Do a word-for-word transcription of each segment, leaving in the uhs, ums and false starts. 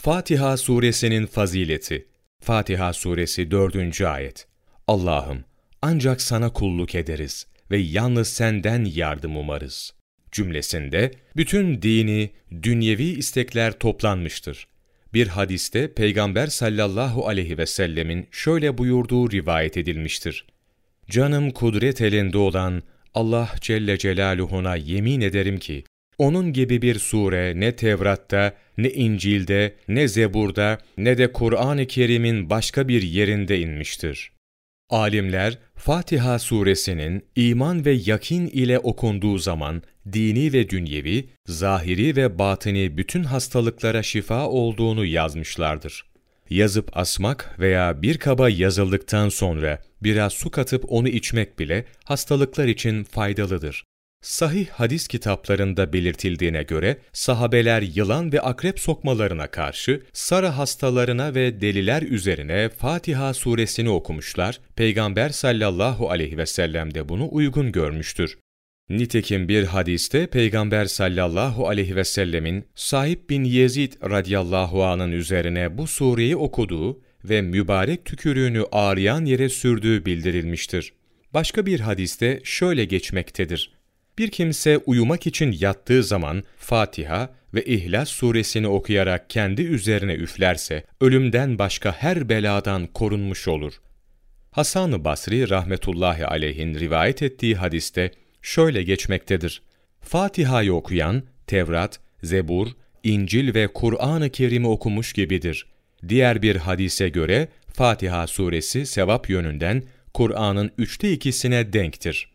Fatiha suresinin fazileti. Fatiha suresi dördüncü ayet. Allah'ım, ancak sana kulluk ederiz ve yalnız senden yardım umarız cümlesinde bütün dini, dünyevi istekler toplanmıştır. Bir hadiste Peygamber sallallahu aleyhi ve sellemin şöyle buyurduğu rivayet edilmiştir. Canım kudret elinde olan Allah Celle Celaluhu'na yemin ederim ki, onun gibi bir sure ne Tevrat'ta, ne İncil'de, ne Zebur'da, ne de Kur'an-ı Kerim'in başka bir yerinde inmiştir. Alimler, Fatiha suresinin iman ve yakin ile okunduğu zaman, dini ve dünyevi, zahiri ve batini bütün hastalıklara şifa olduğunu yazmışlardır. Yazıp asmak veya bir kaba yazıldıktan sonra biraz su katıp onu içmek bile hastalıklar için faydalıdır. Sahih hadis kitaplarında belirtildiğine göre sahabeler yılan ve akrep sokmalarına karşı sarı hastalarına ve deliler üzerine Fatiha suresini okumuşlar. Peygamber sallallahu aleyhi ve sellem de bunu uygun görmüştür. Nitekim bir hadiste Peygamber sallallahu aleyhi ve sellemin Sahib bin Yezid radıyallahu anh'ın üzerine bu sureyi okuduğu ve mübarek tükürüğünü ağrıyan yere sürdüğü bildirilmiştir. Başka bir hadiste şöyle geçmektedir. Bir kimse uyumak için yattığı zaman Fatiha ve İhlas suresini okuyarak kendi üzerine üflerse, ölümden başka her beladan korunmuş olur. Hasan-ı Basri rahmetullahi aleyhin rivayet ettiği hadiste şöyle geçmektedir. Fatiha'yı okuyan, Tevrat, Zebur, İncil ve Kur'an-ı Kerim'i okumuş gibidir. Diğer bir hadise göre Fatiha suresi sevap yönünden Kur'an'ın üçte ikisine denktir.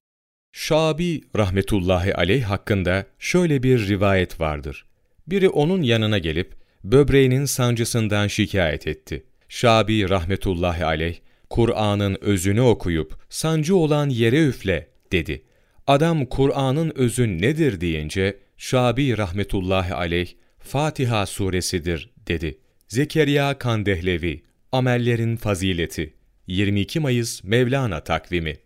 Şabi rahmetullahi aleyh hakkında şöyle bir rivayet vardır. Biri onun yanına gelip böbreğinin sancısından şikayet etti. Şabi rahmetullahi aleyh, Kur'an'ın özünü okuyup sancı olan yere üfle dedi. Adam Kur'an'ın özü nedir deyince Şabi rahmetullahi aleyh, Fatiha suresidir dedi. Zekeriya Kandehlevi, Amellerin Fazileti, yirmi iki Mayıs Mevlana takvimi.